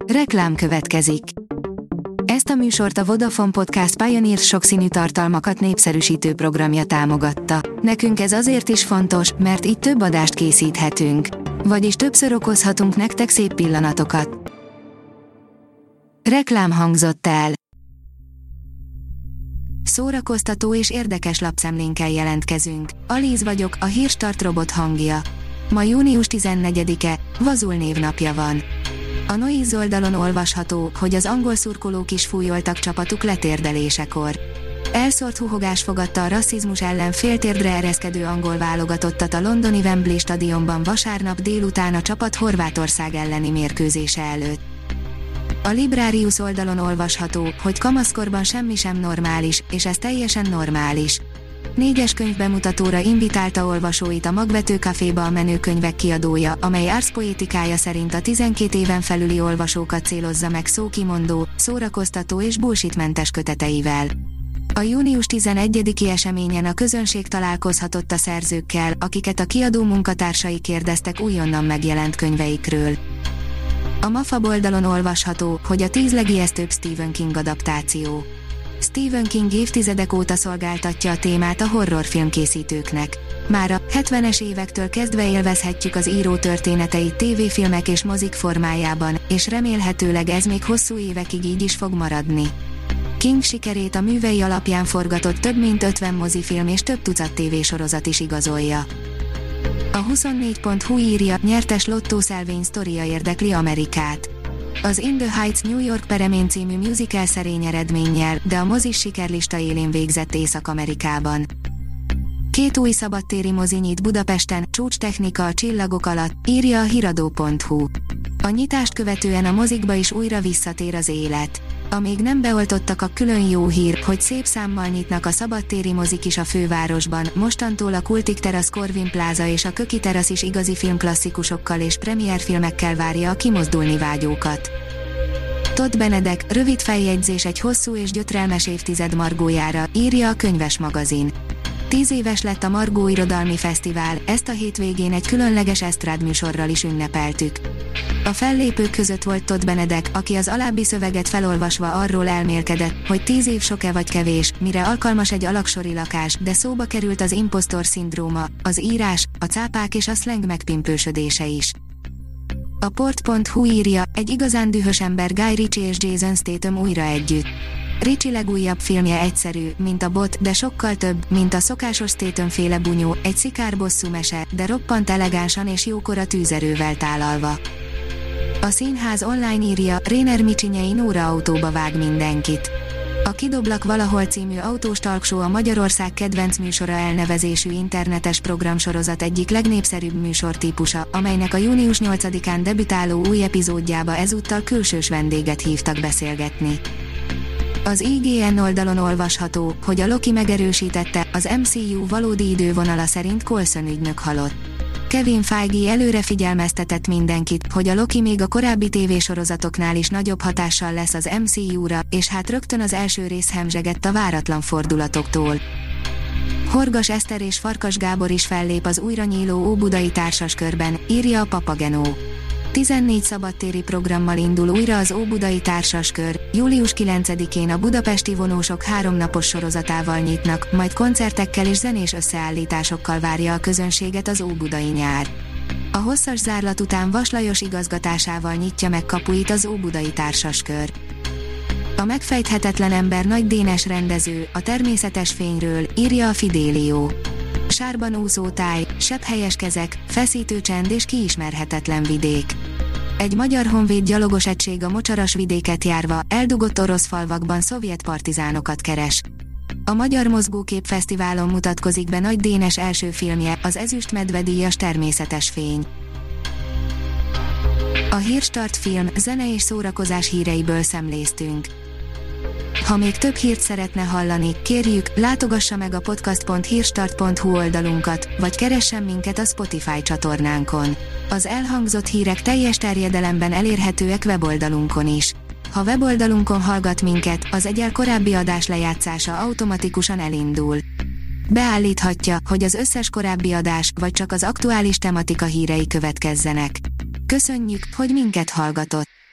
Reklám következik. Ezt a műsort a Vodafone Podcast Pioneer sokszínű tartalmakat népszerűsítő programja támogatta. Nekünk ez azért is fontos, mert így több adást készíthetünk. Vagyis többször okozhatunk nektek szép pillanatokat. Reklám hangzott el. Szórakoztató és érdekes lapszemlénkkel jelentkezünk. Alíz vagyok, a Hírstart robot hangja. Ma június 14-e, Vazul névnapja van. A Noiz oldalon olvasható, hogy az angol szurkolók is fújoltak csapatuk letérdelésekor. Elszórt huhogás fogadta a rasszizmus ellen féltérdre ereszkedő angol válogatottat a londoni Wembley stadionban vasárnap délután a csapat Horvátország elleni mérkőzése előtt. A Librarius oldalon olvasható, hogy kamaszkorban semmi sem normális, és ez teljesen normális. 4-es könyvbemutatóra invitálta olvasóit a Magvető Caféba a Menőkönyvek kiadója, amely árszpoétikája szerint a 12 éven felüli olvasókat célozza meg szókimondó, szórakoztató és bullshitmentes köteteivel. A június 11-i eseményen a közönség találkozhatott a szerzőkkel, akiket a kiadó munkatársai kérdeztek újonnan megjelent könyveikről. A MAFA oldalon olvasható, hogy a 10 legijesztőbb Stephen King adaptáció. Stephen King évtizedek óta szolgáltatja a témát a horrorfilmkészítőknek. Már a 70-es évektől kezdve élvezhetjük az író történeteit tévéfilmek és mozik formájában, és remélhetőleg ez még hosszú évekig így is fog maradni. King sikerét a művei alapján forgatott több mint 50 mozifilm és több tucat tévésorozat is igazolja. A 24.hu írja, nyertes lottószelvény sztoria érdekli Amerikát. Az In the Heights New York Peremén című musical szerény eredménnyel, de a mozis sikerlista élén végzett Észak-Amerikában. 2 új szabadtéri mozi nyit Budapesten, csúcstechnika a csillagok alatt, írja a hiradó.hu. A nyitást követően a mozikba is újra visszatér az élet. A még nem beoltottak a külön jó hír, hogy szép számmal nyitnak a szabadtéri mozik is a fővárosban, mostantól a Kultik Terasz Corvin Plaza és a Köki Terasz is igazi filmklasszikusokkal és premierfilmekkel várja a kimozdulni vágyókat. Todd Benedek, rövid feljegyzés egy hosszú és gyötrelmes évtized Margójára, írja a Könyves magazin. 10 éves lett a Margó Irodalmi Fesztivál, ezt a hétvégén egy különleges esztrádműsorral is ünnepeltük. A fellépők között volt Todd Benedek, aki az alábbi szöveget felolvasva arról elmélkedett, hogy 10 év sok-e vagy kevés, mire alkalmas egy alaksori lakás, de szóba került az impostor szindróma, az írás, a cápák és a szleng megpimpősödése is. A port.hu írja, egy igazán dühös ember Guy Ritchie és Jason Statham újra együtt. Ritchie legújabb filmje egyszerű, mint a bot, de sokkal több, mint a szokásos Statham-féle bunyó, egy szikárbosszú mese, de roppant elegánsan és jókora tűzerővel tálalva. A Színház online írja, Réner Micsinyei Nóra autóba vág mindenkit. A Kidoblak valahol című autós talkshow a Magyarország kedvenc műsora elnevezésű internetes programsorozat egyik legnépszerűbb műsortípusa, amelynek a június 8-án debütáló új epizódjába ezúttal külsős vendéget hívtak beszélgetni. Az IGN oldalon olvasható, hogy a Loki megerősítette, az MCU valódi idővonala szerint Coulson ügynök halott. Kevin Feige előre figyelmeztetett mindenkit, hogy a Loki még a korábbi tévésorozatoknál is nagyobb hatással lesz az MCU-ra, és hát rögtön az első rész hemzsegett a váratlan fordulatoktól. Horgas Eszter és Farkas Gábor is fellép az újra nyíló óbudai társaskörben, írja a Papagenó. 14 szabadtéri programmal indul újra az Óbudai Társaskör, július 9-én a budapesti vonósok 3 napos sorozatával nyitnak, majd koncertekkel és zenés összeállításokkal várja a közönséget az óbudai nyár. A hosszas zárlat után Vas Lajos igazgatásával nyitja meg kapuit az Óbudai Társaskör. A megfejthetetlen ember Nagy Dénes rendező, a természetes fényről, írja a Fidelio. Sárban úszó táj, sebhelyes kezek, feszítő csend és kiismerhetetlen vidék. Egy magyar honvéd gyalogos egység a mocsaras vidéket járva, eldugott orosz falvakban szovjet partizánokat keres. A Magyar Mozgókép Fesztiválon mutatkozik be Nagy Dénes első filmje, az Ezüst Medve-díjas Természetes fény. A Hírstart film, zene és szórakozás híreiből szemléztünk. Ha még több hírt szeretne hallani, kérjük, látogassa meg a podcast.hírstart.hu oldalunkat, vagy keressen minket a Spotify csatornánkon. Az elhangzott hírek teljes terjedelemben elérhetőek weboldalunkon is. Ha weboldalunkon hallgat minket, az egyel korábbi adás lejátszása automatikusan elindul. Beállíthatja, hogy az összes korábbi adás, vagy csak az aktuális tematika hírei következzenek. Köszönjük, hogy minket hallgatott!